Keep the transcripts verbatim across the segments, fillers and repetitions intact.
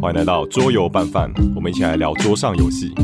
欢迎来到桌游拌饭，我们一起来聊桌上游戏。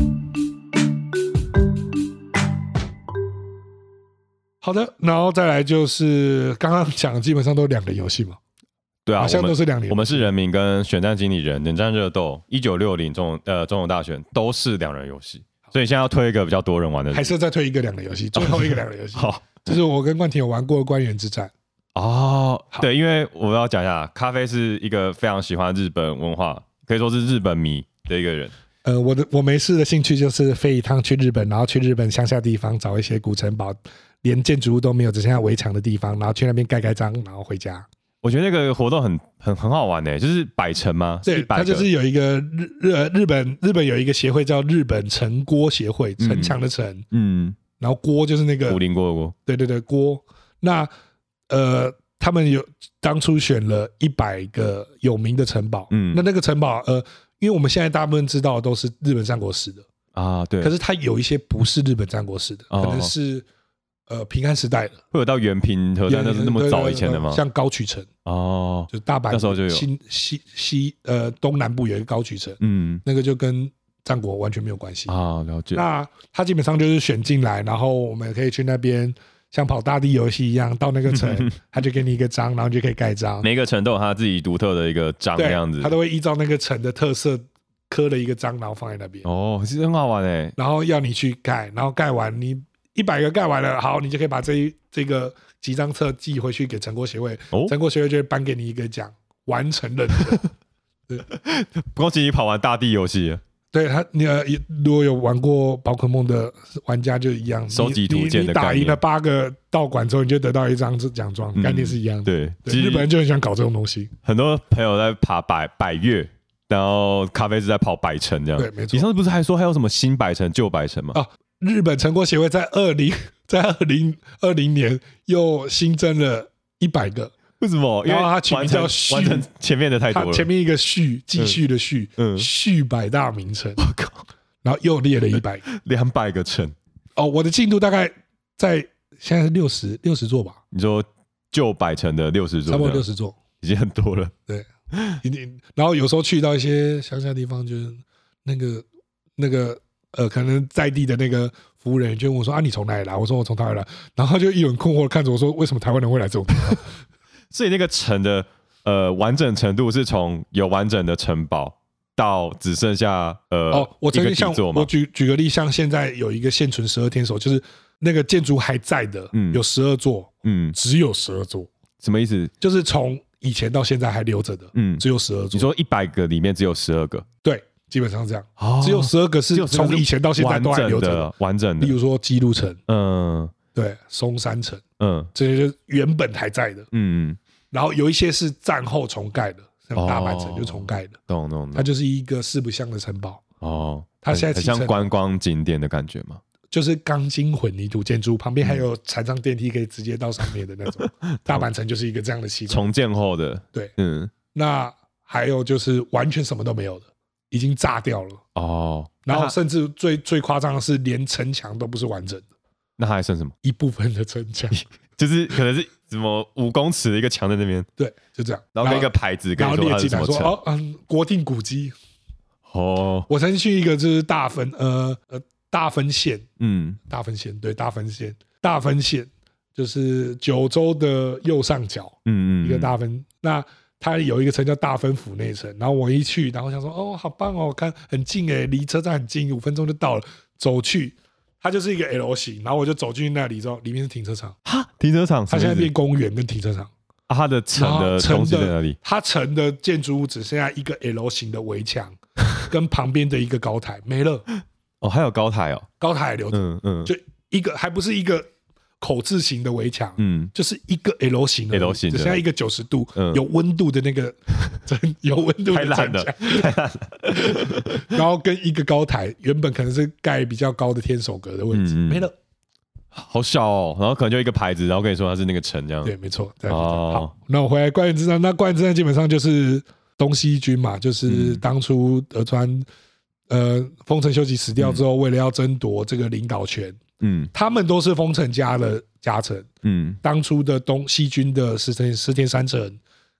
好的，然后再来就是刚刚讲的基本上都两个游戏嘛。 对啊， 好像都是两人游戏。 我们是人民跟选战经理人、冷战热斗、一九六零中呃总统大选都是两人游戏，所以现在要推一个比较多人玩的， 还是再推一个两人游戏，最后一个两人游戏。 好， 就是我跟冠廷有玩过官员之战。 哦，对，因为我要讲一下，咖啡是一个非常喜欢日本文化，可以说是日本迷的一个人。 呃，我的我没事的兴趣就是飞一趟去日本，然后去日本乡下地方找一些古城堡，连建筑物都没有，只剩下围墙的地方，然后去那边盖盖章，然后回家。 我觉得那个活动很很很好玩诶，就是百城吗？ 对，它就是有一个日日日本日本有一个协会叫日本城郭协会，城墙的城，嗯，然后郭就是那个武林郭的郭， 对对对，郭。那呃，他们有当初选了一百个有名的城堡，嗯，那那个城堡呃，因为我们现在大部分知道的都是日本战国时的啊，对， 可是它有一些不是日本战国时的，哦、可能是。呃，平安时代的会有到原平和战，那是那么早以前的吗？ 像高曲城哦，就是大阪那时候就有新西西呃东南部有一个高曲城，嗯，那个就跟战国完全没有关系啊，了解。 那它基本上就是选进来，然后我们可以去那边像跑大地游戏一样，到那个城，他就给你一个章，然后你就可以盖章。 每个城都有他自己独特的一个章的样子， 他都会依照那个城的特色刻了一个章，然后放在那边。 哦，其实很好玩哎。 然后要你去盖，然后盖完你。一百个盖完了，好，你就可以把这一这个集章册寄回去给城郭协会，哦、城郭协会就会颁给你一个奖，完成任务。 恭喜你跑完大地游戏。 对他，你呃，如果有玩过宝可梦的玩家就一样， 收集图鉴的概念。你打赢了八个道馆之后，你就得到一张奖状，概念是一样的。 对， 对日本人就很喜欢搞这种东西。 很多朋友在爬百百越。然后咖啡是在跑百城这样。 对，没错。 你上次不是还说还有什么新百城、旧百城吗？ 哦，日本城郭协会在二零在二零二零年又新增了一百个。 为什么？因为它取名叫续， 完成前面的太多了。 前面一个续，继续的续，嗯，续百大名城。我靠！然后又列了一百个， 两百个城。 哦，我的进度大概在现在是六十六十座吧？ 你说旧百城的六十座， 差不多六十座， 已经很多了。 对。然后有时候去到一些乡下地方，就是那个那个呃，可能在地的那个服务人员就问我说：“啊，你从哪里来？”我说：“我从台湾来。”然后就一脸困惑看着我说：“为什么台湾人会来这种地方？” 所以那个城的呃完整程度是从有完整的城堡到只剩下呃哦，我曾经像我举举个例，像现在有一个现存十二天守，就是那个建筑还在的，嗯，有十二座，嗯，只有十二座， 什么意思？ 就是从以前到现在还留着的，嗯，只有十二座。 你说一百个里面只有十二个？ 对，基本上这样，哦、只有十二个是从以前到现在都还留着的， 完整的。 例如说基路城，嗯，对，松山城，嗯，这些就是原本还在的，嗯，然后有一些是战后重盖的，像大阪城就重盖的， 懂懂懂。 它就是一个四不像的城堡， 哦， 它现在很像观光景点的感觉吗？ 就是钢筋混凝土建筑，旁边还有残障电梯可以直接到上面的那种。大阪城就是一个这样的系统， 重建后的。 对，嗯，那还有就是完全什么都没有的，已经炸掉了哦。然后甚至最最夸张的是，连城墙都不是完整的。 那还剩什么？ 一部分的城墙， 就是可能是什么五公尺的一个墙在那边。 对，就这样。 然后跟一个牌子跟你说它是什么城， 然后列进来说哦，嗯，国定古迹。哦，我曾经去一个就是大分，呃呃。大分县，嗯，大分县对，大分县，大分县就是九州的右上角，嗯嗯，一个大分。那它有一个城叫大分府内城，然后我一去，然后想说，哦，好棒哦，看很近哎，离车站很近，五分钟就到了。走去，它就是一个 L 型，然后我就走进去那里之后，里面是停车场。 哈，停车场？ 它现在变公园跟停车场。 啊，它的城的东西在哪里？ 它城的建筑物只剩下一个 L 型的围墙，跟旁边的一个高台，没了。 哦，还有高台哦， 高台还留着，嗯嗯，就一个还不是一个口字形的围墙，嗯，就是一个 L 型的 L 型， 只剩下一个九十度、嗯、有温度的那个有温度的太烂了，太烂了。然后跟一个高台，原本可能是盖比较高的天守阁的位置，嗯、没了， 好小哦。然后可能就一个牌子，然后跟你说它是那个城这样。 对，没错。哦，好，那我回来官员之战，那官员之战基本上就是东西军嘛，就是当初德川。呃，丰臣秀吉死掉之后，嗯、为了要争夺这个领导权，嗯，他们都是丰臣家的家臣，嗯，当初的东西军的石田石田三成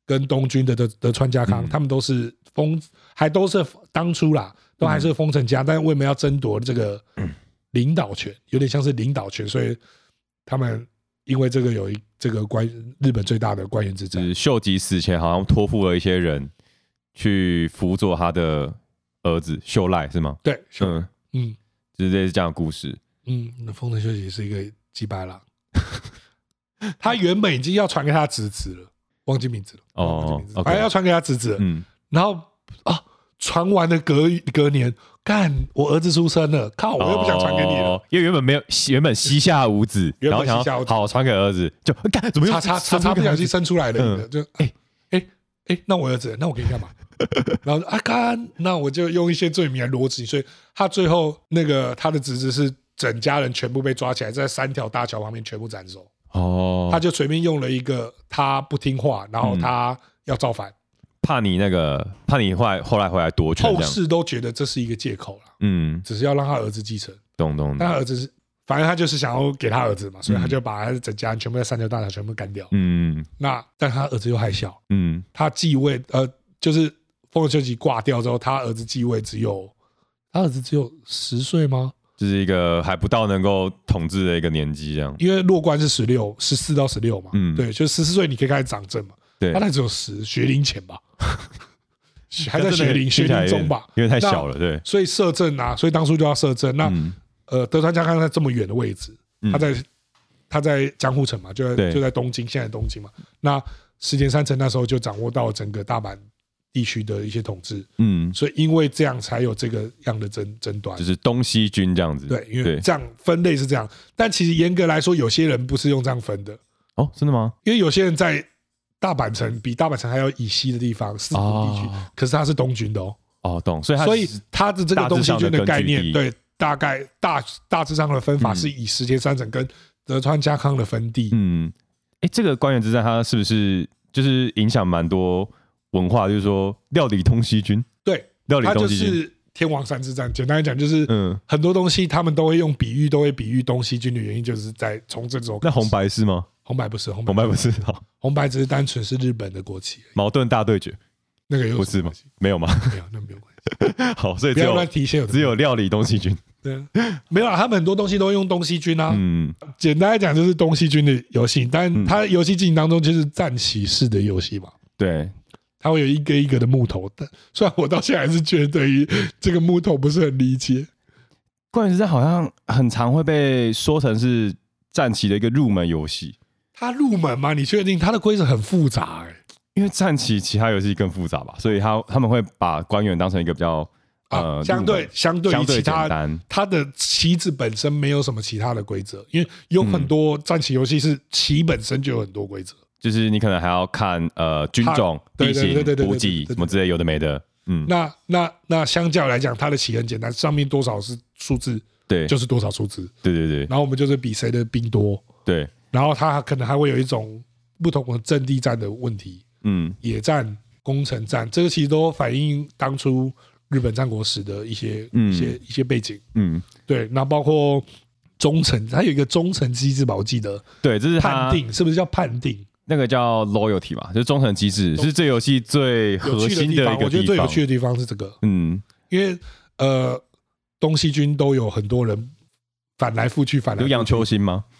跟东军的德德川家康，嗯、他们都是丰，还都是当初啦，都还是丰臣家，嗯、但是为什么要争夺这个领导权，有点像是领导权，所以他们因为这个有一这个关日本最大的官员之战， 秀吉死前好像托付了一些人去辅佐他的儿子秀赖是吗？ 对，嗯嗯， 就是类似这样的故事。 嗯，那丰臣秀吉是一个鸡掰郎，他原本已经要传给他侄子了，忘记名字了，哦，反正要传给他侄子了，嗯，然后啊，传完了隔隔年，干，我儿子出生了，靠，我又不想传给你了， 哦、因为原本没有，原本膝下无子，然后想要好传给儿子，就干怎么又叉叉叉叉不小心生出来了，嗯、就哎哎哎，那我儿子，那我可以干嘛？然后啊干，那我就用一些罪名来罗织，所以他最后那个他的侄子是整家人全部被抓起来，在三条大桥旁边全部斩首。哦，他就随便用了一个他不听话，然后他要造反，嗯、 怕你那个怕你后来后来回来夺权， 后世都觉得这是一个借口啦，嗯，只是要让他儿子继承， 懂懂。 但他儿子是，反正他就是想要给他儿子嘛，所以他就把他整家人全部在三条大桥全部干掉。嗯，那但他儿子又还小，嗯，他继位呃就是。丰臣秀吉挂掉之后，他儿子继位只有，他儿子只有十岁吗？ 就是一个还不到能够统治的一个年纪，这样。 因为落关是十六，十四到十六嘛，嗯，对，就十四岁你可以开始掌政嘛，对，他才只有十，学龄前吧，还在学龄学龄中吧， 因为太小了，对， 所以摄政啊，所以当初就要摄政。那、嗯、呃，德川家康在这么远的位置，他在、嗯、他在江户城嘛，就在就在东京，现在东京嘛，那石田三成那时候就掌握到整个大阪地区的一些统治，嗯，所以因为这样才有这个样的争争端， 就是东西军这样子。 对，因为这样分类是这样，但其实严格来说，有些人不是用这样分的。 哦，真的吗？ 因为有些人在大阪城比大阪城还要以西的地方，四国地区，哦、可是他是东军的哦。 哦，懂。所以他所以他的这个东西军的概念，对，大概大大致上的分法是以石田三成跟德川家康的分地。 嗯，哎，这个官员之战，它是不是就是影响蛮多？文化就是说料理东西军， 对， 料理东西军， 它就是天王山之战。简单来讲，就是嗯，很多东西他们都会用比喻，都会比喻东西军的原因，就是在从这种。 那红白是吗？ 红白不是，红白不是， 红白只是单纯是日本的国旗。 矛盾大对决， 那个有不是吗？没有吗？ 没有，那没有关系。 好，所以只有只有料理东西军。 对，没有啊，他们很多东西都用东西军啊。嗯，简单来讲就是东西军的游戏，但它游戏进行当中就是战棋式的游戏嘛。 对。 它会有一个一个的木头，但虽然我到现在还是觉得对于这个木头不是很理解。 关于这好像很常会被说成是战棋的一个入门游戏。 它入门吗？你确定？它的规则很复杂哎、欸。 因为战棋其他游戏更复杂吧，所以他他们会把官员当成一个比较呃、 啊、相对相对于其他它的棋子本身没有什么其他的规则，因为有很多战棋游戏是棋本身就有很多规则。 就是你可能还要看呃军种、地形、补给什么之类有的没的，嗯， 那那那相较来讲，它的棋很简单，上面多少是数字， 对， 就是多少数字， 对对对。 然后我们就是比谁的兵多， 对。 然后它可能还会有一种不同的阵地战的问题，嗯，野战、攻城战，这个其实都反映当初日本战国史的一些、嗯、一些一些背景，嗯，对。那包括忠诚，它有一个忠诚机制吧，我记得， 对，这是判定，是不是叫判定？ 那个叫 loyalty 嘛，就是忠诚机制，是这游戏最核心的一个地方。 我觉得最有趣的地方是这个，嗯，因为呃，东西军都有很多人反来覆去，反来覆去。 有杨秋兴吗？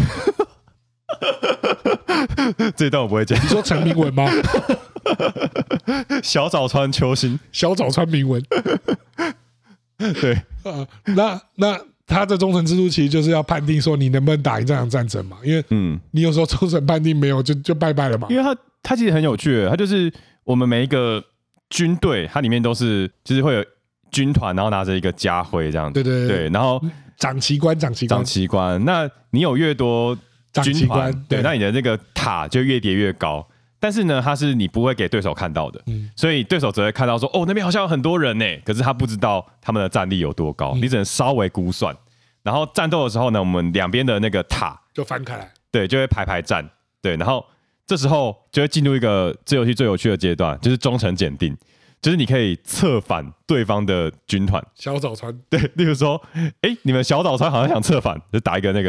这一段我不会讲。 你说陈明文吗？ 小早川秋兴， 小早川明文。 对， 呃，那那。他的忠诚制度其实就是要判定说你能不能打赢这场战争嘛，因为嗯，你有时候忠诚判定没有就就拜拜了嘛。 因为他他其实很有趣，他就是我们每一个军队，它里面都是就是会有军团，然后拿着一个家徽这样子， 对对 对, 对，然后长旗官长旗官长旗官，那你有越多军团，对，那你的那个塔就越叠越高。但是呢，它是你不会给对手看到的，嗯、所以对手只会看到说，哦，那边好像有很多人呢，可是他不知道他们的战力有多高，嗯、你只能稍微估算。然后战斗的时候呢，我们两边的那个塔就翻开来， 对，就会排排站，对，然后这时候就会进入一个这游戏最有趣的阶段，就是忠诚检定，就是你可以策反对方的军团。 小早川， 对，例如说，哎，你们小早川好像想策反，就打一个那个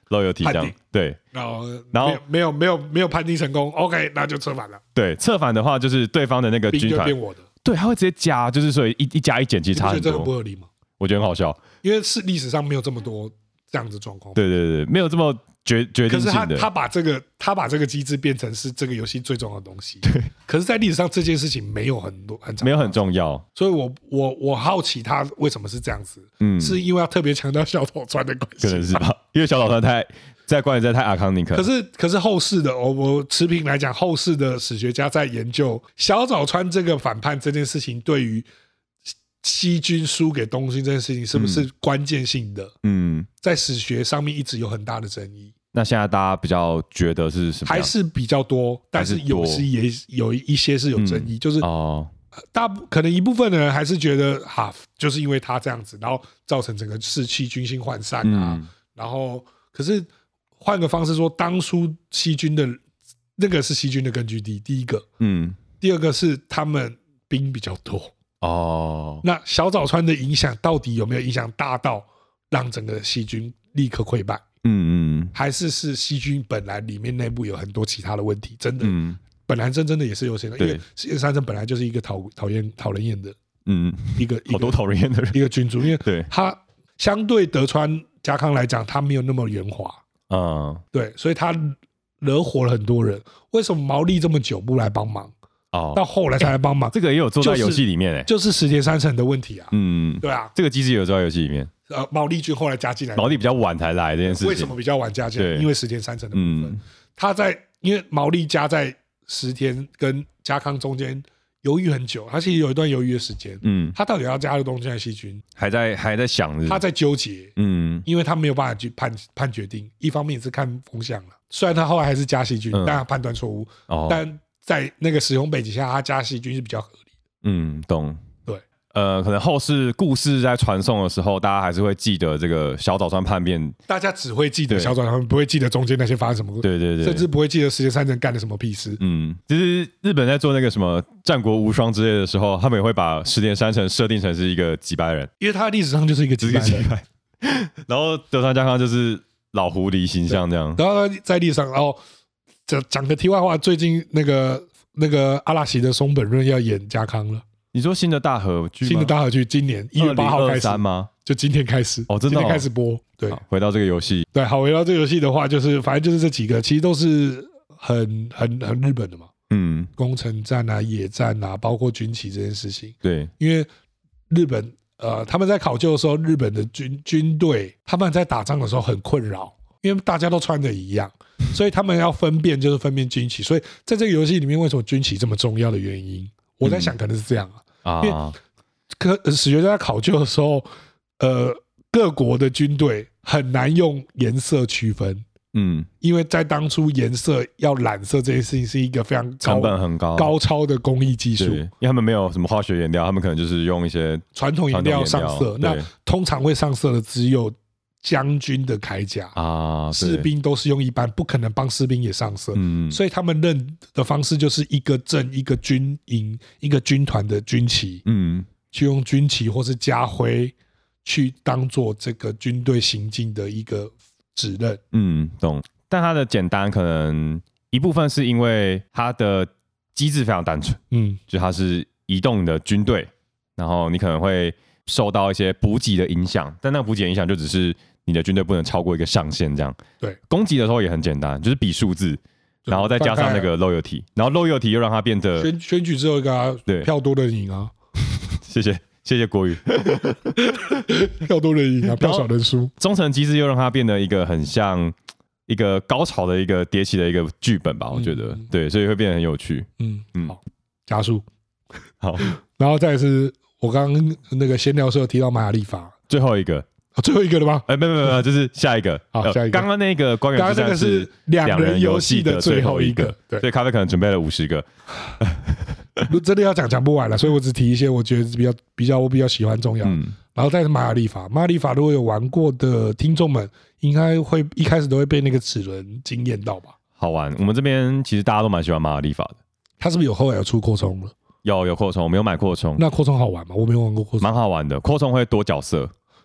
loyalty 这样，对， 然后然后没有没有没有判定成功 ，OK， 那就策反了。 对，策反的话就是对方的那个军团变我的， 对，他会直接加，就是所以一一加一减其实差很多。 你不觉得这很不合理吗？ 我觉得很好笑， 因为是历史上没有这么多这样子状况。 对对对，没有这么决决定性的。 可是他他把这个他把这个机制变成是这个游戏最重要的东西。对。可是，在历史上这件事情没有很多很没有很重要， 所以我我我好奇他为什么是这样子。嗯，是因为要特别强调小岛川的关系， 可能是吧？因为小岛川太在关于在太阿康尼克。 可是可是后世的我我持平来讲，后世的史学家在研究小岛川这个反叛这件事情对于西军输给东军这件事情是不是关键性的？嗯，在史学上面一直有很大的争议。 那现在大家比较觉得是什么？ 还是比较多，但是有时也有一些是有争议，嗯、就是哦，大可能一部分的人还是觉得哈，就是因为他这样子，然后造成整个士气军心涣散啊。嗯、然后，可是换个方式说，当初西军的那个是西军的根据地，第一个，嗯，第二个是他们兵比较多。哦，那小早川的影响到底有没有影响大到让整个西军立刻溃败？嗯嗯，还是是西军本来里面内部有很多其他的问题，真的，嗯、本来真真的也是有些人，因为石田三成本来就是一个讨讨厌讨人厌的，嗯，一个好多讨人厌的人， 一个君主，因为他相对德川家康来讲，他没有那么圆滑，嗯，对，所以他惹火了很多人。为什么毛利这么久不来帮忙？哦，到后来才来帮忙， 欸、这个也有做在游戏里面哎、欸， 就是石田三成的问题啊。嗯，对啊， 这个机制也有做在游戏里面。 呃，毛利军后来加进来， 毛利比较晚才来这件事情。 为什么比较晚加进来？因为石田三成的部分，嗯、他在因为毛利加在石田跟家康中间犹豫很久，他其实有一段犹豫的时间。嗯，他到底要加入东军还是西军？ 还在还在想， 他在纠结。嗯，因为他没有办法去判判决定，一方面也是看风向了。虽然他后来还是加西军，嗯、但他判断错误。哦，但在那个时空背景下，他加西军是比较合理的。 嗯，懂。 对， 呃，可能后世故事在传颂的时候，大家还是会记得这个小岛川叛变。 大家只会记得小岛川，不会记得中间那些发生什么。 对对对， 甚至不会记得石田三成干了什么屁事。 嗯，就是日本在做那个什么战国无双之类的时候，他们也会把石田三成设定成是一个几百人， 因为他历史上就是一个几百人。 然后德川家康就是老狐狸形象这样。 然后在历史上，然后讲讲个题外话，最近那个。那个阿拉西的松本润要演家康了。 你说新的大河剧？ 新的大河剧今年一月八号开始吗？ 就今天开始哦，真的、哦、 今天开始播。对， 回到这个游戏， 对，好，回到这个游戏的话，就是反正就是这几个，其实都是很很很日本的嘛。嗯，攻城战啊、野战啊，包括军旗这件事情。 对， 因为日本呃，他们在考究的时候，日本的军军队他们在打仗的时候很困扰，因为大家都穿的一样。所以他们要分辨，就是分辨军旗。所以在这个游戏里面，为什么军旗这么重要的原因，我在想可能是这样啊。因为科史学家在考究的时候，呃，各国的军队很难用颜色区分。嗯，因为在当初颜色要染色这件事情是一个非常成本很高、 高超的工艺技术。 因为他们没有什么化学颜料，他们可能就是用一些传统颜料上色。那通常会上色的只有将军的铠甲啊，士兵都是用一般，不可能帮士兵也上色，嗯，所以他们认的方式就是一个阵、一个军营、一个军团的军旗，嗯，去用军旗或是家徽去当做这个军队行进的一个指认， 嗯，懂。但它的简单可能一部分是因为它的机制非常单纯，嗯，就它是移动的军队，然后你可能会受到一些补给的影响，但那个补给的影响就只是你的军队不能超过一个上限这样。 对， 攻击的时候也很简单，就是比数字，然后再加上那个 loyalty， 然后 loyalty 又让它变得选选举之后一个、啊、票多的赢啊。 谢谢谢谢国语， 票多的赢啊，票少的输。 忠诚机制又让它变得一个很像一个高潮的一个迭起的一个剧本吧，我觉得、嗯、对，所以会变得很有趣。 嗯嗯，好，加速好， 然后再来是。我刚刚那个闲聊时候提到玛雅历法， 最后一个， 哦、最后一个了吗？ 哎、欸，没有没有没有，就是下一个。 好，下一个。 刚刚那个光源之战是两人游戏的最后一个，对，所以咖啡可能准备了五十个。 真的要讲讲不完了，所以我只提一些我觉得比较比较我比较喜欢重要的。嗯、然后再是玛雅历法，玛雅历法如果有玩过的听众们，应该会一开始都会被那个齿轮惊艳到吧？ 好玩，我们这边其实大家都蛮喜欢玛雅历法的。 它是不是有后来有出扩充了？ 有有扩充，我没有买扩充。 那扩充好玩吗？我没有玩过扩充， 蛮好玩的。扩充会多角色，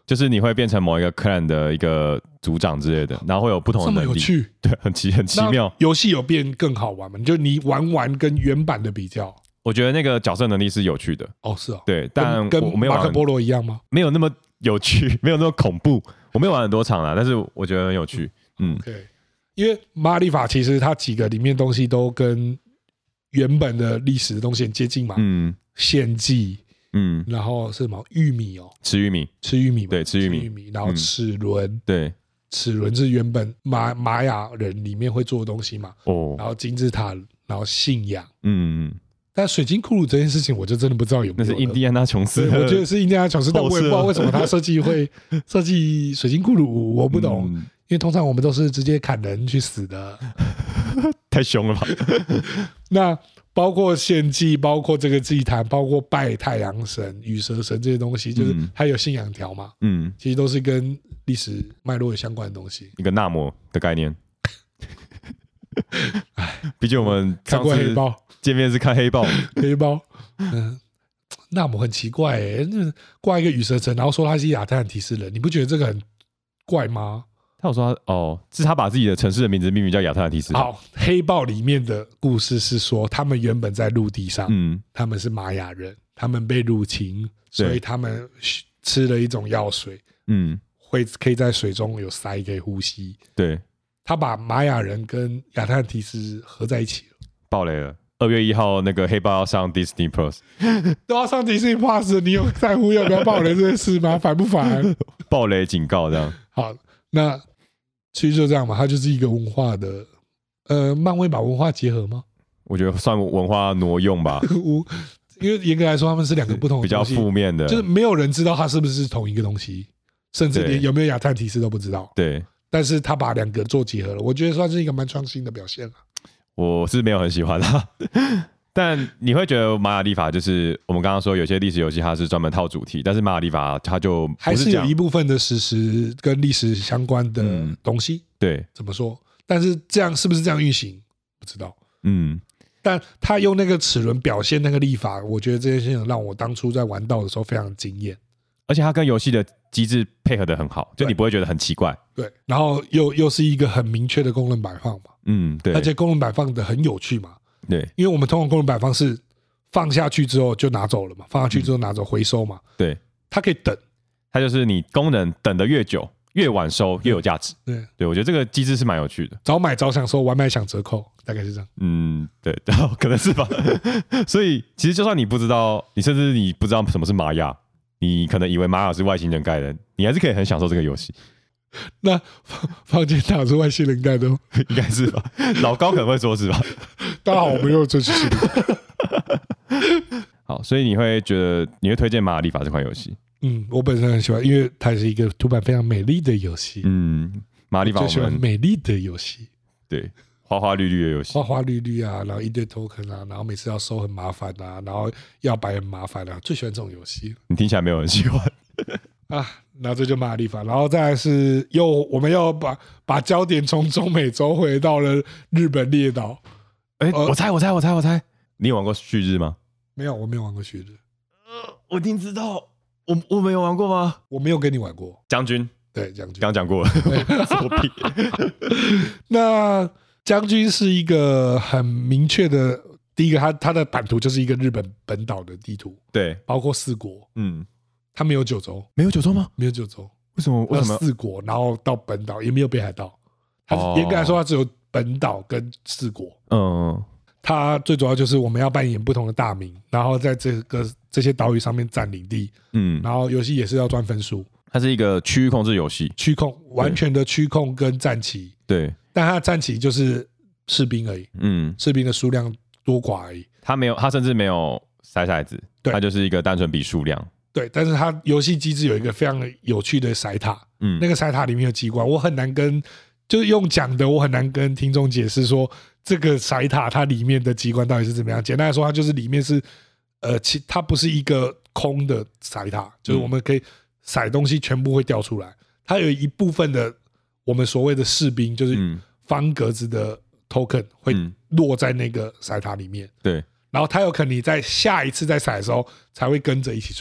就是你会变成某一个 clan 的一个组长之类的，然后会有不同的能力， 这么有趣， 对，很奇很奇妙。 游戏有变更好玩吗？就你玩完跟原版的比较， 我觉得那个角色能力是有趣的。 哦，是哦， 对，但跟我没有马可波罗一样吗？ 没有那么有趣，没有那么恐怖。我没有玩很多场啦，但是我觉得很有趣。嗯 ，OK， 因为玛雅历法其实它几个里面东西都跟原本的历史的东西很接近嘛。嗯，献祭。嗯，然后是什么玉米哦， 吃玉米， 吃玉米， 对，吃玉米， 吃玉米，然后齿轮，嗯、 对， 齿轮是原本玛玛雅人里面会做的东西嘛，哦，然后金字塔，然后信仰，嗯，但水晶骷髅这件事情我就真的不知道有没有， 那是印第安纳琼斯， 我觉得是印第安纳琼斯，但我也不知道为什么他设计会设计水晶骷髅，我不懂，嗯、因为通常我们都是直接砍人去死的， 太凶了吧？ 那。包括献祭，包括这个祭坛，包括拜太阳神、羽蛇神这些东西，就是它有信仰条嘛。嗯，其实都是跟历史脉络有相关的东西。 一个纳摩的概念。毕竟我们上次黑豹见面是看黑豹， 黑豹。嗯，纳摩很奇怪哎、欸，挂一个羽蛇神，然后说他是亚特兰提斯人，你不觉得这个很怪吗？ 他有说他哦，是他把自己的城市的名字命名叫亚特兰蒂斯。 好，黑豹里面的故事是说，他们原本在陆地上，嗯，他们是玛雅人，他们被入侵，所以他们吃了一种药水，嗯，会可以在水中有鳃可以呼吸。对，他把玛雅人跟亚特兰蒂斯合在一起了。 爆雷了！二月一号那个黑豹要上 Disney Plus， 都要上 Disney Plus， 你有在乎要不要爆雷这件事吗？烦不烦？ 爆雷警告这样。 好，那。其实就这样嘛，它就是一个文化的，呃，漫威把文化结合吗？ 我觉得算文化挪用吧， 因为严格来说，他们是两个不同的东西， 比较负面的， 就是没有人知道它是不是同一个东西，甚至连有没有亚特兰提斯都不知道。对，但是他把两个做结合了，我觉得算是一个蛮创新的表现了。 我是没有很喜欢它。但你会觉得玛雅历法就是我们刚刚说有些历史游戏它是专门套主题，但是玛雅历法它就不是还是有一部分的史实跟历史相关的东西。嗯、 对， 怎么说？但是这样是不是这样运行？不知道。嗯，但他用那个齿轮表现那个历法，我觉得这件事情让我当初在玩到的时候非常惊艳， 而且它跟游戏的机制配合的很好，就你不会觉得很奇怪。 对，然后又又是一个很明确的功能摆放嘛。嗯，对，而且功能摆放的很有趣嘛。对，因为我们通常功能摆放是放下去之后就拿走了嘛，放下去之后拿走回收嘛。对，它可以等， 它就是你功能等的越久，越晚收越有价值。对，对我觉得这个机制是蛮有趣的。 早买早享受，晚买享折扣，大概是这样。 嗯，对，可能是吧。所以其实就算你不知道，你甚至你不知道什么是玛雅，你可能以为玛雅是外星人盖的，你还是可以很享受这个游戏。 那房间打是外星人盖的吗？ 应该是吧，老高可能会说是吧。 大家好，我们又真实是好，所以你会觉得你会推荐玛雅历法这款游戏？ 嗯，我本身很喜欢，因为它是一个图版非常美丽的游戏。嗯， 玛雅历法我最喜欢美丽的游戏， 对，花花绿绿的游戏， 花花绿绿啊，然后一堆 token 啊，然后每次要收很麻烦啊，然后要摆很麻烦啊，最喜欢这种游戏。 你听起来没有很喜欢啊？那这就玛雅历法，然后再来是又我们要把把焦点从中美洲回到了日本列岛。 哎、欸呃，我猜，我猜，我猜，我猜，你有玩过旭日吗？ 没有，我没有玩过旭日。 呃，我一定知道，我我没有玩过吗？ 我没有跟你玩过。 将军， 对，将军， 刚讲过了。作弊。 那将军是一个很明确的，第一个，它它的版图就是一个日本本岛的地图，对，包括四国，嗯。它没有九州， 没有九州吗？ 没有九州， 为什么？为什么四国，然后到本岛也没有北海道？它严格来说，它只有本岛跟四国。嗯，它最主要就是我们要扮演不同的大名，然后在这个这些岛屿上面占领地。嗯，然后游戏也是要赚分数。 它是一个区域控制游戏， 区控完全的区控跟战旗。对，但它的战旗就是士兵而已。嗯，士兵的数量多寡而已。 它没有，它甚至没有筛骰子，它就是一个单纯比数量。 对，但是它游戏机制有一个非常有趣的骰塔，嗯，那个骰塔里面有机关，我很难跟，就是用讲的，我很难跟听众解释说这个骰塔它里面的机关到底是怎么样。简单来说，它就是里面是，呃，其它不是一个空的骰塔，就是我们可以骰东西全部会掉出来，它有一部分的我们所谓的士兵，就是方格子的 token 会落在那个骰塔里面，对，然后它有可能你在下一次再骰的时候才会跟着一起出来。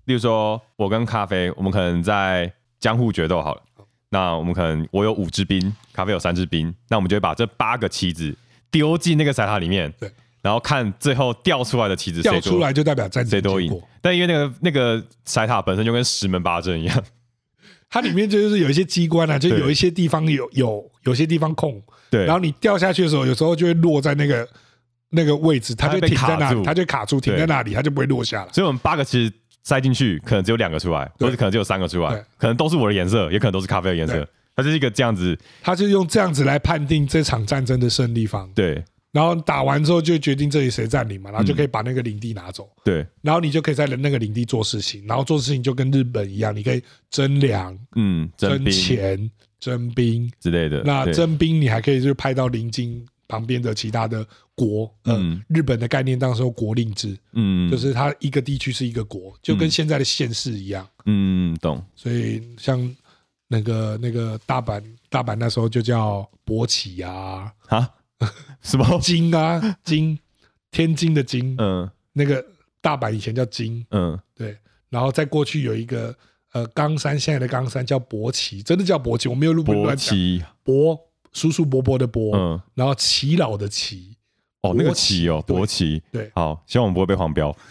例如说我跟咖啡，我们可能在江户决斗好了，那我们可能我有五支兵，咖啡有三支兵，那我们就会把这八个棋子丢进那个骰塔里面， 对， 然后看最后掉出来的棋子掉出来就代表战争谁多赢。但因为那个那个骰塔本身就跟十门八阵一样， 它里面就是有一些机关啊，就有一些地方有有有些地方空， 对， 然后你掉下去的时候，有时候就会落在那个那个位置，它就停在那里，它就卡住，停在那里，它就不会落下来。 所以我们八个其实塞进去，可能只有两个出来，或者可能只有三个出来，可能都是我的颜色，也可能都是咖啡的颜色。它就是一个这样子， 它就用这样子来判定这场战争的胜利方。 对。 然后打完之后就决定这里谁占领嘛，然后就可以把那个领地拿走。 对， 然后你就可以在那个领地做事情，然后做事情就跟日本一样，你可以征粮、 嗯， 征钱、征兵之类的。 那征兵你还可以就派到邻近旁边的其他的国。嗯，日本的概念当时有国令制，嗯，就是它一个地区是一个国，就跟现在的县市一样。 嗯，懂。 所以像那个那个大阪，大阪那时候就叫博奇啊， 啊。什么京啊京，天津的京， 嗯， 那个大阪以前叫京，嗯，对，然后再过去有一个呃冈山，现在的冈山叫博奇，真的叫博奇，我没有乱讲，博叔叔伯伯的伯，嗯，然后耆老的耆， 哦，那个耆哦，博奇， 对， 好，希望我们不会被黄标，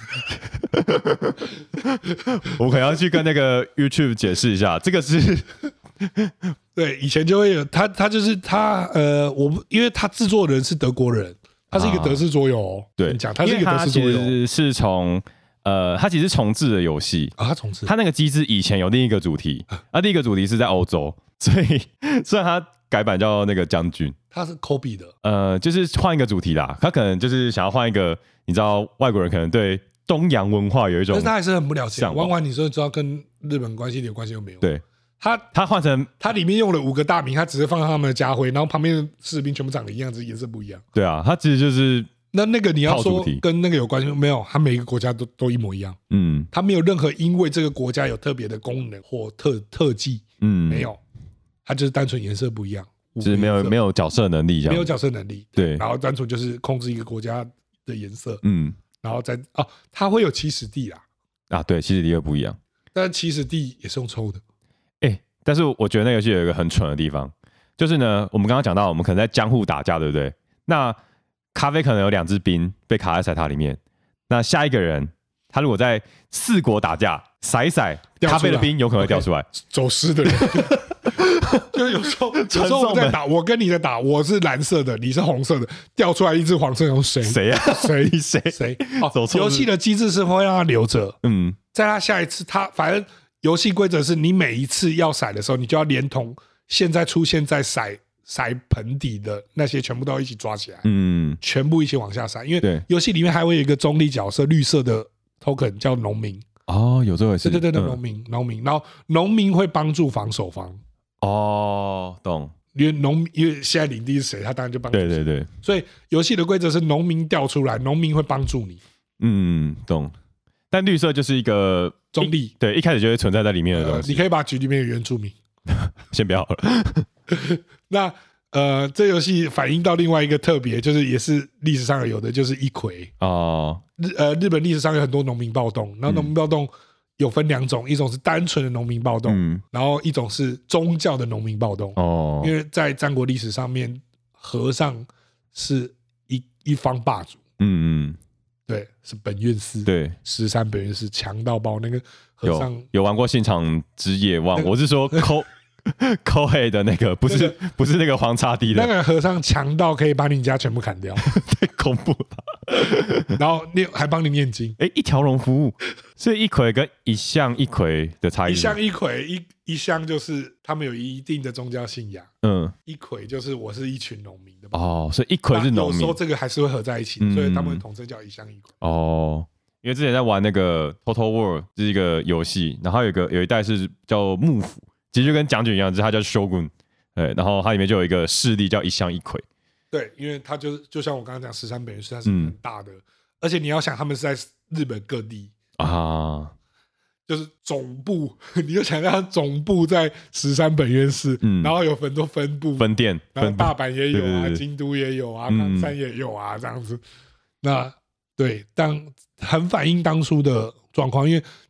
我可能要去跟那个 YouTube 解释一下，这个是。 对，以前就会有他，他就是他，呃，我因为他制作人是德国人，他是一个德式桌游、哦啊，对，讲他是一个德式桌游， 其实是从呃，他其实重置的游戏啊，他重置， 他那个机制以前有另一个主题，啊，第一个主题是在欧洲，所以虽然他改版叫那个将军， 他是 copy 的， 呃，就是换一个主题啦，他可能就是想要换一个，你知道外国人可能对东洋文化有一种， 但是他还是很不了解，弯弯你说知道跟日本关系一点关系都没有， 对。 他他换成他里面用了五个大名，他只是放上他们的家徽，然后旁边的士兵全部长得一样，只是颜色不一样。 对啊，他其实就是那那个你要说跟那个有关系没有？他每一个国家都都一模一样。嗯，他没有任何因为这个国家有特别的功能或特特技，嗯，没有，他就是单纯颜色不一样， 就是没有没有角色能力这样， 没有角色能力。 对， 然后单纯就是控制一个国家的颜色，嗯，然后再哦，他会有起始地啦， 啊，对，起始地会不一样， 但起始地也是用抽的。 但是我觉得那游戏有一个很蠢的地方，就是呢，我们刚刚讲到，我们可能在江户打架，对不对？那咖啡可能有两支兵被卡在骰塔里面，那下一个人他如果在四国打架，骰一骰，咖啡的兵有可能会掉出来， okay, 走失的人。就有时候，有时候我在打，我跟你在打，我是蓝色的，你是红色的，掉出来一只黄色，有谁？ 谁啊？ 谁？ 谁？ 谁？哦，游戏的机制是会让他留着，嗯，在他下一次，他反正。游戏规则是你每一次要骰的时候，你就要连同现在出现在骰骰盆底的那些全部都要一起抓起来，嗯，全部一起往下骰。因为游戏里面还会有一个中立角色，绿色的 token 叫农民。 哦，有这回事。 对对对，农民，农民，然后农民会帮助防守方。 哦，懂。 因为农，因为现在领地是谁，他当然就帮助谁。 对对对。 所以游戏的规则是农民调出来，农民会帮助你。 嗯，懂。但绿色就是一个中立， 对，一开始就会存在在里面的东西。 呃、你可以把局里面的原住民先不要了。 那呃，这游戏反映到另外一个特别，就是也是历史上有的，就是一揆哦。日呃，日本历史上有很多农民暴动，然后农民暴动有分两种，一种是单纯的农民暴动，嗯、然后一种是宗教的农民暴动。哦，因为在战国历史上面，和尚是一一方霸主。嗯嗯。对，是本院寺， 对， 石山本院寺强盗包那个和尚有, 有玩过现场之夜望、那個，我是说抠抠黑的那个，不是、那個、不是那个黄叉 D 的那个和尚强盗可以把你家全部砍掉， 太恐怖了。 然后你还帮你念经， 哎、欸，一条龙服务，所以一揆跟一向一揆的差异， 一向一揆一一向就是他们有一定的宗教信仰，嗯，一揆就是我是一群农民的哦，所以一揆是农民，有时候这个还是会合在一起、嗯，所以他们统称叫一向一揆。 哦，因为之前在玩那个 Total War 是一个游戏，然后有一个有一代是叫幕府，其实就跟将军一样，就是它叫 Shogun， 对，然后它里面就有一个势力叫一向一揆。对， 因为它就是就像我刚刚讲，石山本院寺它是很大的、嗯，而且你要想他们是在日本各地啊。就是总部，你就想象总部在石山本院寺、嗯，然后有很多分部、 分店， 然后大阪也有啊，對對對，京都也有啊，冈山也有啊，嗯、这样子。那对，当很反映当初的状况，因为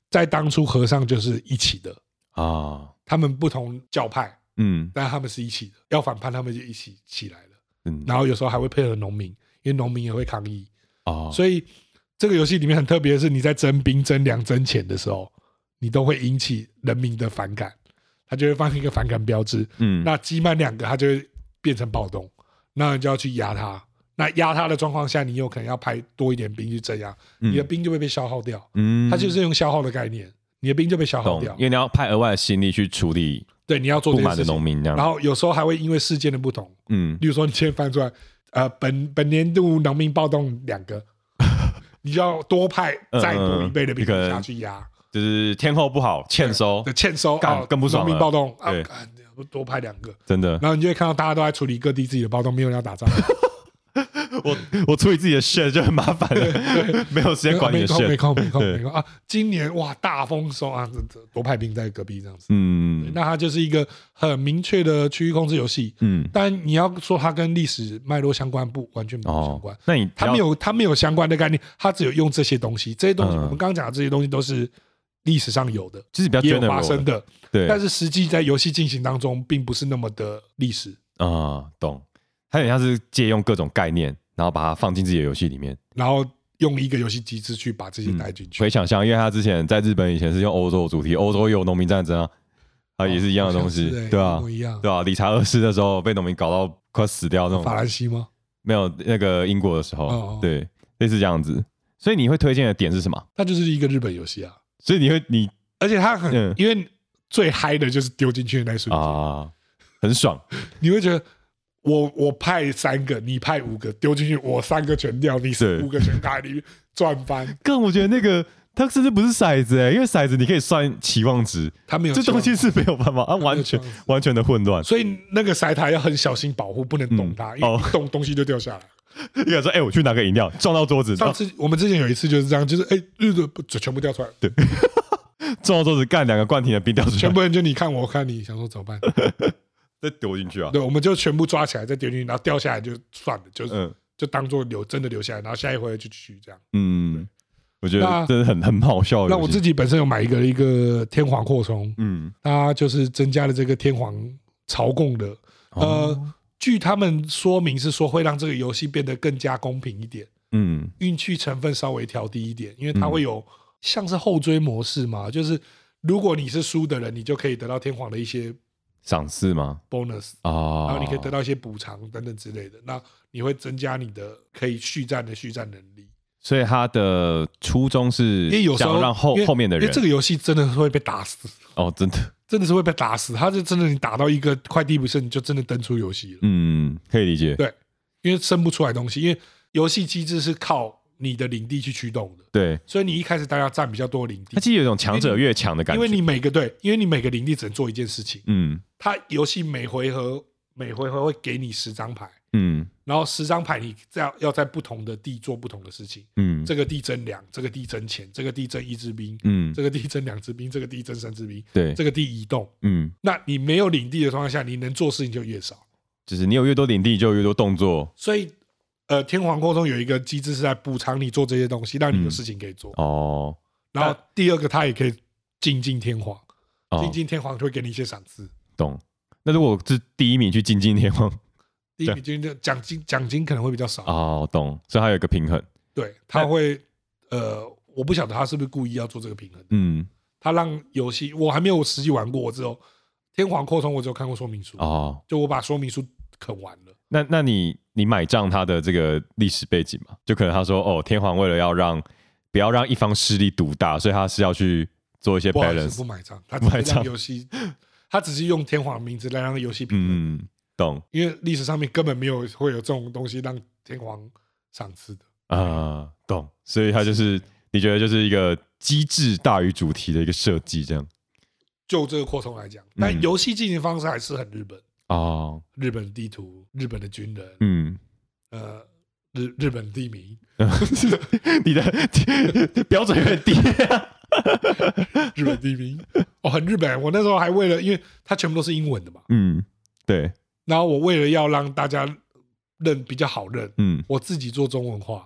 在当初和尚就是一起的啊， 他们不同教派， 嗯， 但他们是一起的，要反叛他们就一起起来了， 嗯， 然后有时候还会配合农民，因为农民也会抗议哦， 所以这个游戏里面很特别的是，你在征兵、征粮、征钱的时候，你都会引起人民的反感，他就会放一个反感标志，嗯，那积满两个，他就会变成暴动，那你就要去压他。那压他的状况下，你有可能要派多一点兵去镇压，嗯，你的兵就会被消耗掉。嗯，他就是用消耗的概念，你的兵就被消耗掉， 因为你要派额外的心力去处理， 对，你要做这件事情不满的农民这样。 然后有时候还会因为事件的不同，嗯，例如说你今天翻出来，呃，本本年度农民暴动两个，你就要多派再多一倍的兵下去压， 就是天候不好，欠收的欠收， 干更不爽了。 农民暴动， 对， 啊，多派两个， 真的。 然后你就会看到大家都在处理各地自己的暴动，没有人要打仗。 我我处理自己的 shit 就很麻烦了，没有时间管你的 shit， 没空没空没空啊！今年哇大丰收啊，多派兵在隔壁这样子，嗯，那它就是一个很明确的区域控制游戏，嗯，但你要说它跟历史脉络相关，不完全不相关。 哦、那你它没有它没有相关的概念，它只有用这些东西，这些东西、嗯、我们刚刚讲的这些东西都是历史上有的， 就是比较也有发生的， 对， 但是实际在游戏进行当中，并不是那么的历史啊、嗯，懂。它很像是借用各种概念，然后把它放进自己的游戏里面， 然后用一个游戏机制去把这些带进去。 可以想象，因为他之前在日本以前是用欧洲的主题，欧洲也有农民战争啊，啊也是一样的东西， 欸、 对啊， 一样， 对啊，理查二世的时候被农民搞到快死掉那种。 法兰西吗？ 没有，那个英国的时候，哦哦对，类似这样子。所以你会推荐的点是什么？ 它就是一个日本游戏啊， 所以你会你， 而且它很，嗯、因为最嗨的就是丢进去的那瞬间啊，很爽， 你会觉得。我我派三个，你派五个，丢进去，我三个全掉，你五个全打你赚翻。 更我觉得那个它甚至不是骰子哎、欸，因为骰子你可以算期望值， 它没有这东西是没有办法，它完全完全的混乱。 所以那个骰台要很小心保护，不能动它，嗯、因为一动东西就掉下来。 你敢说，哎、欸，我去拿个饮料，撞到桌子。 上次、哦、我们之前有一次就是这样，就是哎，日、欸、子全部掉出来， 对，撞到桌子，干两个冠廷的冰掉出来， 全部人就你看我看你，想说怎么办？ 再丢进去啊！ 对，我们就全部抓起来，再丢进去，然后掉下来就算了，就是、嗯、就当做留真的留下来，然后下一回就继续这样。嗯， 我觉得真的很很好笑。 那我自己本身有买一个一个天皇扩充，嗯，它就是增加了这个天皇朝贡的。哦、呃，据他们说明是说会让这个游戏变得更加公平一点，嗯，运气成分稍微调低一点，因为它会有像是后追模式嘛，就是如果你是输的人，你就可以得到天皇的一些。 赏赐吗 ？bonus 啊、哦， 然后你可以得到一些补偿等等之类的，那你会增加你的可以续战的续战能力。 所以他的初衷是想让后后面的人， 因为这个游戏真的会被打死哦，真的真的是会被打死。他是真的，你打到一个快递不胜，你就真的登出游戏了。 嗯，可以理解。 对，因为生不出来东西，因为游戏机制是靠你的领地去驱动的。 对， 所以你一开始大家占比较多的领地， 它其实有一种强者越强的感觉， 因为你每个对，因为你每个领地只能做一件事情。嗯，它游戏每回合每回合会给你十张牌，嗯，然后十张牌你这样要在不同的地做不同的事情。嗯，这个地征粮，这个地征钱，这个地征一支兵，嗯，这个地征两支兵，这个地征三支兵， 对， 这个地移动，嗯，那你没有领地的状况下，你能做事情就越少， 就是你有越多领地就有越多动作， 所以。呃，天皇扩充有一个机制是在补偿你做这些东西，让你有事情可以做。嗯、哦，然后第二个，它也可以精进天皇，精、哦、进天皇会给你一些赏赐。 懂？那如果是第一名去精进天皇， 第一名精进奖金奖金可能会比较少。 哦，懂。所以它有一个平衡。 对，他会呃，我不晓得他是不是故意要做这个平衡。嗯，他让游戏我还没有实际玩过，我只有天皇扩充，我只有看过说明书。哦，就我把说明书啃完了。 那那你你买账他的这个历史背景嘛？就可能他说哦，天皇为了要让不要让一方势力独大，所以他是要去做一些 balance。 不买账，他只是让游戏，他只是用天皇的名字来让游戏平衡。 嗯，懂。 因为历史上面根本没有会有这种东西让天皇赏赐的啊、呃，懂。所以他就是你觉得就是一个机制大于主题的一个设计，这样。 就这个扩充来讲，但游戏进行方式还是很日本。哦，日本地图，日本的军人，嗯，呃，日日本地名， 你的标准有点低、啊。 日本地名，哦，很日本。我那时候还为了，因为它全部都是英文的嘛， 嗯，对。 然后我为了要让大家认比较好认，嗯，我自己做中文化。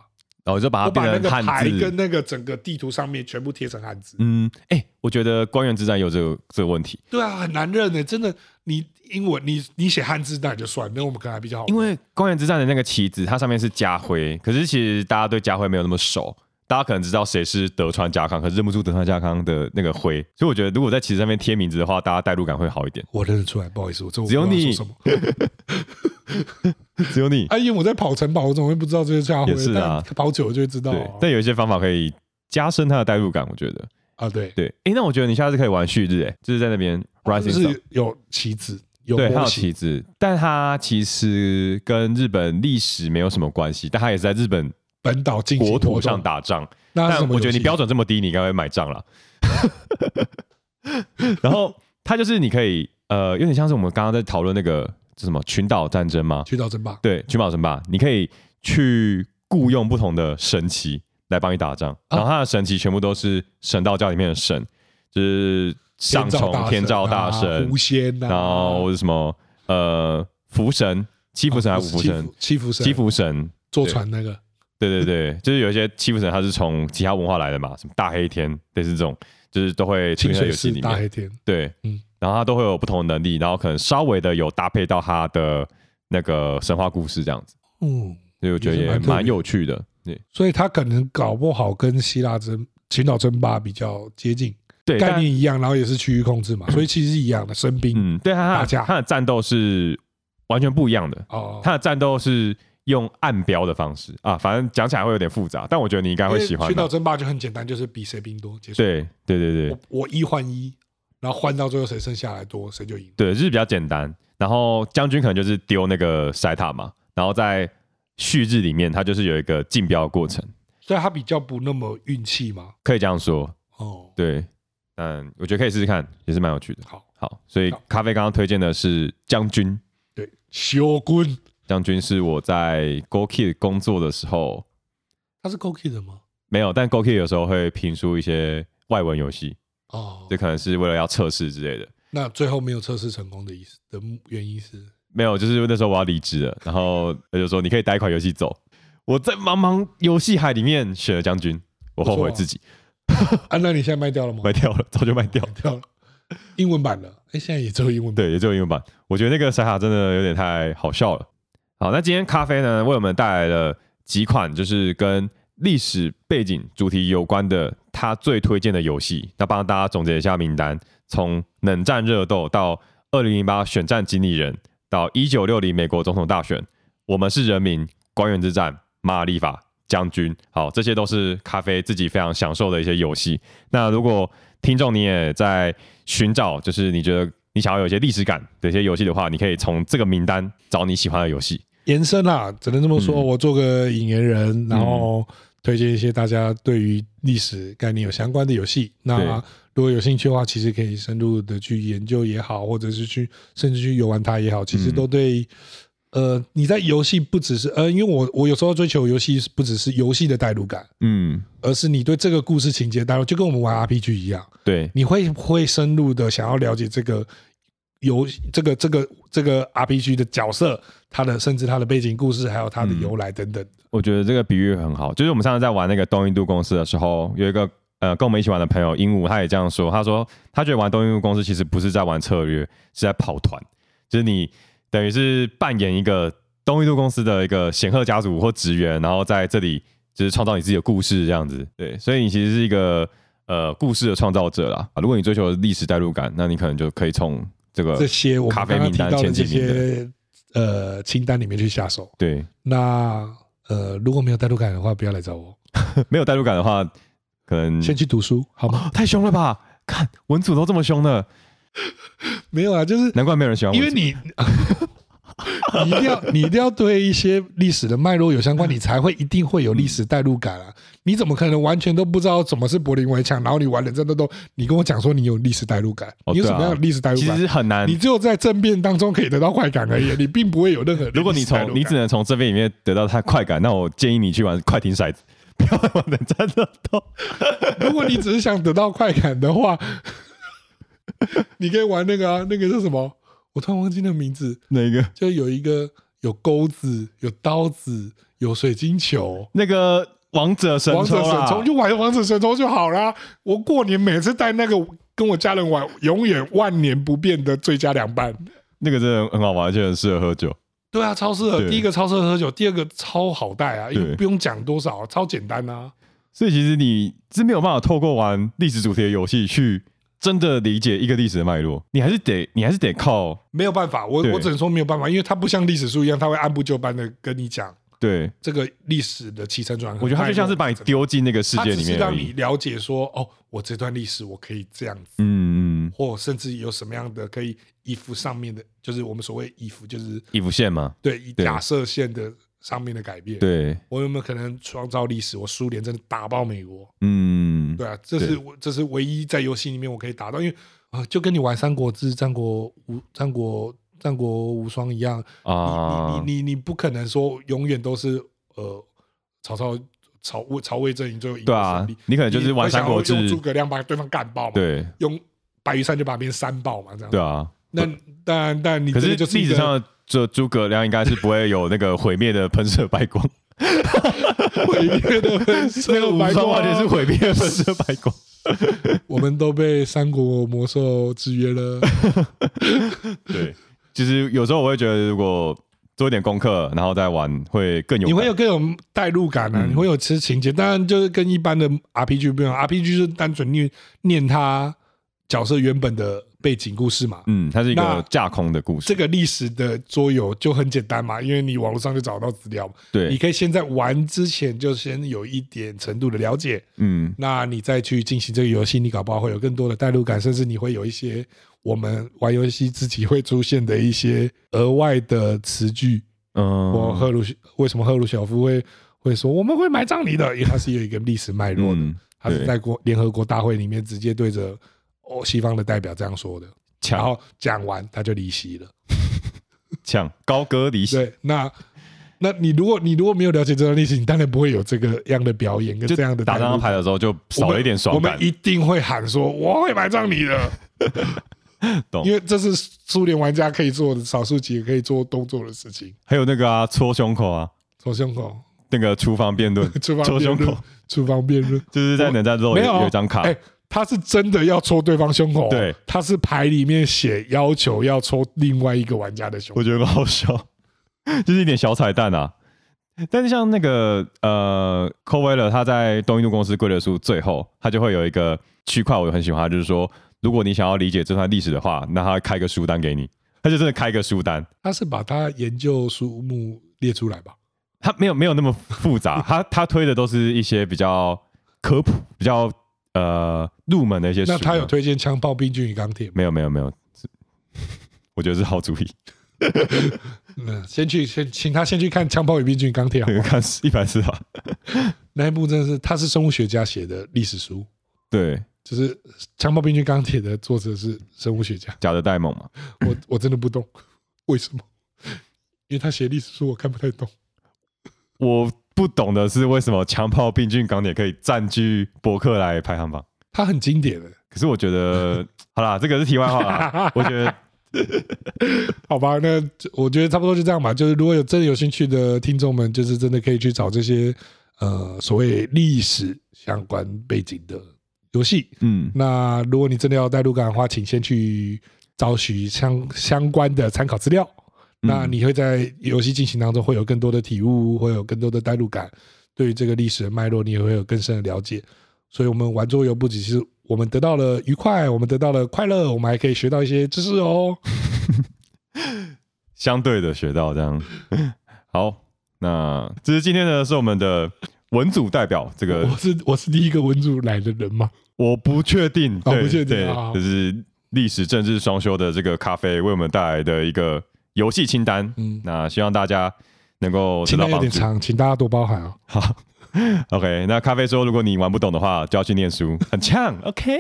然后就把它变成汉字， 我把那个牌跟那个整个地图上面全部贴成汉字。 嗯，哎、欸，我觉得光源之战有这个这个问题。 对啊，很难认的，真的。你英文你你写汉字那也就算，那我们可能还比较好。 因为光源之战的那个旗子，它上面是家徽，可是其实大家对家徽没有那么熟。大家可能知道谁是德川家康，可是认不出德川家康的那个徽，所以我觉得如果在旗子上面贴名字的话，大家代入感会好一点。 我认得出来，不好意思，我这只有你，只有你。 啊，因为我在跑城堡，我怎么会不知道这些家徽？ 也是啊， 跑久了就会知道、啊。 但有一些方法可以加深它的代入感，我觉得啊，对对。哎、欸，那我觉得你下次可以玩旭日、欸，哎，就是在那边 Rising， 就是有旗子，有对，它有旗子，但它其实跟日本历史没有什么关系，但它也是在日本本岛进行国土上打仗。但我觉得你标准这么低，你应该会买账了。然后它就是你可以呃，有点像是我们刚刚在讨论那个什么群岛战争吗？ 群岛争霸， 对，群岛争霸，你可以去雇佣不同的神祇来帮你打仗，然后它的神祇全部都是神道教里面的神，就是上冲天照大神、 狐仙、啊， 然后或者什么呃福神、七福神还是五福神？ 七福神， 七福神坐船那个。 对对对，就是有一些七福神，他是从其他文化来的嘛，什么大黑天，类似这种，就是都会出现在游戏里面。 大黑天， 对，嗯，然后他都会有不同的能力，然后可能稍微的有搭配到他的那个神话故事这样子。嗯，所以我觉得也蛮有趣的。对， 所以他可能搞不好跟希腊争群岛争霸比较接近， 对， 概念一样，然后也是区域控制嘛，所以其实是一样的，生兵。 嗯，对，他他的战斗是完全不一样的。哦，他的战斗是用暗标的方式啊，反正讲起来会有点复杂，但我觉得你应该会喜欢。 群岛争霸就很简单，就是比谁兵多结束。 对对对对， 我, 我一换一，然后换到最后谁剩下来多，谁就赢。 对，就是比较简单。然后将军可能就是丢那个塞塔嘛，然后在旭日里面，它就是有一个竞标的过程， 所以它比较不那么运气嘛， 可以这样说。哦，对，嗯，我觉得可以试试看，也是蛮有趣的。 好， 好，所以咖啡刚刚推荐的是将军， 对，修军。 将军是我在 GoKid 工作的时候， 他是 GoKid 的吗？ 没有，但 GoKid 有时候会评出一些外文游戏哦，这可能是为了要测试之类的。 那最后没有测试成功的意思的原因是？ 没有，就是那时候我要离职了，然后他就说你可以带一款游戏走。我在茫茫游戏海里面选了将军，我后悔自己。 啊，那你现在卖掉了吗？ 卖掉了，早就卖掉了。 掉了。英文版的，哎，现在也只有英文版， 对，也只有英文版。我觉得那个塞塔真的有点太好笑了。好，那今天咖啡呢为我们带来了几款就是跟历史背景主题有关的他最推荐的游戏，那帮大家总结一下名单，从冷战热斗到二零零八选战经理人，到一九六零美国总统大选，我们是人民，官员之战，马尔利法将军，好，这些都是咖啡自己非常享受的一些游戏。那如果听众你也在寻找，就是你觉得你想要有一些历史感的一些游戏的话，你可以从这个名单找你喜欢的游戏。 延伸啦，只能这么说。嗯、我做个引言人，然后推荐一些大家对于历史概念有相关的游戏。那如果有兴趣的话，其实可以深入的去研究也好，或者是去甚至去游玩它也好，其实都对。嗯、呃，你在游戏不只是呃，因为我我有时候追求游戏不只是游戏的代入感，嗯，而是你对这个故事情节代入，就跟我们玩 R P G 一样， 对， 你会会深入的想要了解这个。游这个这个这个 R P G 的角色，它的甚至它的背景故事，还有它的由来等等、嗯。 我觉得这个比喻很好，就是我们上次在玩那个东印度公司的时候，有一个呃跟我们一起玩的朋友鹦鹉，他也这样说，他说他觉得玩东印度公司其实不是在玩策略，是在跑团，就是你等于是扮演一个东印度公司的一个显赫家族或职员，然后在这里就是创造你自己的故事这样子。对，所以你其实是一个呃故事的创造者啦。如果你追求历史代入感，那你可能就可以从这个这些我们咖啡名单前几名的呃清单里面去下手。 对， 那呃如果没有代入感的话，不要来找我。 没有代入感的话，可能先去读书好吗？ 哦、太凶了吧！看文组都这么凶的， 没有啊，就是难怪没有人喜欢我， 因为你。你一定要，你一定要对一些历史的脉络有相关，你才会一定会有历史代入感啊！你怎么可能完全都不知道什么是柏林围墙？然后你玩冷战斗斗，你跟我讲说你有历史代入感， 哦、 你有什么样的历史代入感？ 其实很难， 你只有在政变当中可以得到快感而已，你并不会有任何。 如果你从你只能从这边里面得到它快感，那我建议你去玩快艇骰子，不要玩冷战斗斗。 如果你只是想得到快感的话，你可以玩那个啊，那个是什么？我突然忘记那个名字， 哪一个？ 就有一个有钩子、有刀子、有水晶球， 那个王者神抽啦， 王者神抽就玩王者神抽就好啦。我过年每次带那个跟我家人玩，永远万年不变的最佳凉拌， 那个真的很好玩，而且很适合喝酒。 对啊，超适合。第一个超适合喝酒，第二个超好带啊，因为不用讲多少，超简单啊。 所以其实你是没有办法透过玩历史主题的游戏去真的理解一个历史的脉络，你还是得你还是得靠。 没有办法，我我只能说没有办法，因为它不像历史书一样，它会按部就班的跟你讲。对这个历史的起承转合， 我觉得它就像是把你丢进那个世界里面，它只是让你了解说，哦，我这段历史我可以这样子，嗯嗯，或甚至有什么样的可以if上面的，就是我们所谓if，就是 if 线嘛， 对，以假设线的上面的改变，对，我有没有可能创造历史？我苏联真的打爆美国，嗯，对啊，这是这是唯一在游戏里面我可以达到，因为啊、呃，就跟你玩《三国志》《战国无战国》。战国无双一样啊，你你你你不可能说永远都是呃曹操曹曹魏阵营最后赢的胜利， 你可能就是玩三国志， 用诸葛亮把对方干爆嘛，对，用白羽山就把别人扇爆嘛，这样对啊。 那当然，但你可是历史上的诸葛亮应该是不会有那个毁灭的喷射白光， 毁灭的喷射白光， 而且是毁灭的喷射白光。 我们都被三国魔兽制约了， 对。其实有时候我会觉得，如果做一点功课，然后再玩，会更有你会有更有代入感啊，嗯、你会有吃情节。当然，就是跟一般的 R P G 不一样 ，R P G 就是单纯念念它角色原本的背景故事嘛。 嗯，它是一个架空的故事。 这个历史的桌游就很简单嘛，因为你网络上就找到资料嘛。对，你可以先在玩之前就先有一点程度的了解。嗯，那你再去进行这个游戏，你搞不好会有更多的代入感，甚至你会有一些。我们玩游戏自己会出现的一些额外的词句，嗯，我赫鲁为什么赫鲁晓夫会会说我们会埋葬你的？因为他是有一个历史脉络的，嗯、他是在国联合国大会里面直接对着哦西方的代表这样说的，然后讲完他就离席了， 抢高歌离席。 对，那那你如果你如果没有了解这段历史，你当然不会有这个样的表演跟这样的打这张牌的时候就少了一点爽感。 我们一定会喊说我会埋葬你的。因为这是苏联玩家可以做的少数几个可以做动作的事情。 还有那个啊，戳胸口啊， 戳胸口， 那个厨房辩论， 戳胸口，厨房辩论， 就是在冷战之后有有一张卡，哎、欸， 他是真的要戳对方胸口，对，他是牌里面写要求要戳另外一个玩家的胸口， 我觉得很好笑，就是一点小彩蛋啊。但是像那个呃 Coweller 他在东印度公司规则书最后，他就会有一个区块，我很喜欢，就是说。如果你想要理解这段历史的话，那他开个书单给你，他就真的开个书单。 他是把他研究书目列出来吧？ 他没有没有那么复杂，他他推的都是一些比较科普、比较呃入门的一些书。 那他有推荐《枪炮、病菌与钢铁》吗？ 没有没有没有，我觉得是好主意。 那先去先请他先去看《枪炮与病菌与钢铁》好吗？ 看一百次吧。 那一部真的是，他是生物学家写的历史书。 对。 就是《枪炮、病菌、钢铁》的作者是生物学家贾德戴蒙嘛？ 我我真的不懂为什么，因为他写历史书我看不太懂。 我不懂的是为什么《枪炮、病菌、钢铁》可以占据博客来排行榜？ 它很经典的。 可是我觉得，好啦，这个是题外话啦。我觉得， 好吧，那我觉得差不多就这样吧。就是如果有真的有兴趣的听众们，就是真的可以去找这些呃所谓历史相关背景的。游戏，嗯，那如果你真的要代入感的话，请先去找取相相关的参考资料。嗯、那你会在游戏进行当中会有更多的体悟，会有更多的代入感，对于这个历史的脉络，你也会有更深的了解。所以，我们玩桌游不只是我们得到了愉快，我们得到了快乐，我们还可以学到一些知识哦。 相对的学到这样。好，那这是今天的是我们的文组代表。这个我是我是第一个文组来的人吗？ 我不确定， 对，不确定， 对，就是历史政治双修的这个咖啡为我们带来的一个游戏清单。嗯，那希望大家能够得到帮助。清单有点长，请大家多包涵哦。 好 ，OK， 那咖啡说，如果你玩不懂的话，就要去念书，很呛 ，OK。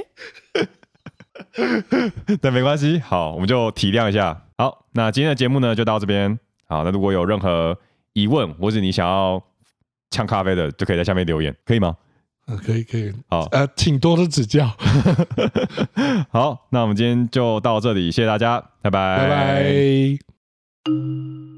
但没关系，好，我们就体谅一下。好，那今天的节目呢就到这边。好，那如果有任何疑问或是你想要呛咖啡的，就可以在下面留言，可以吗？ 呃、可以可以， 好， 呃，请多多指教。 好，那我们今天就到这里，谢谢大家，拜拜， 拜拜。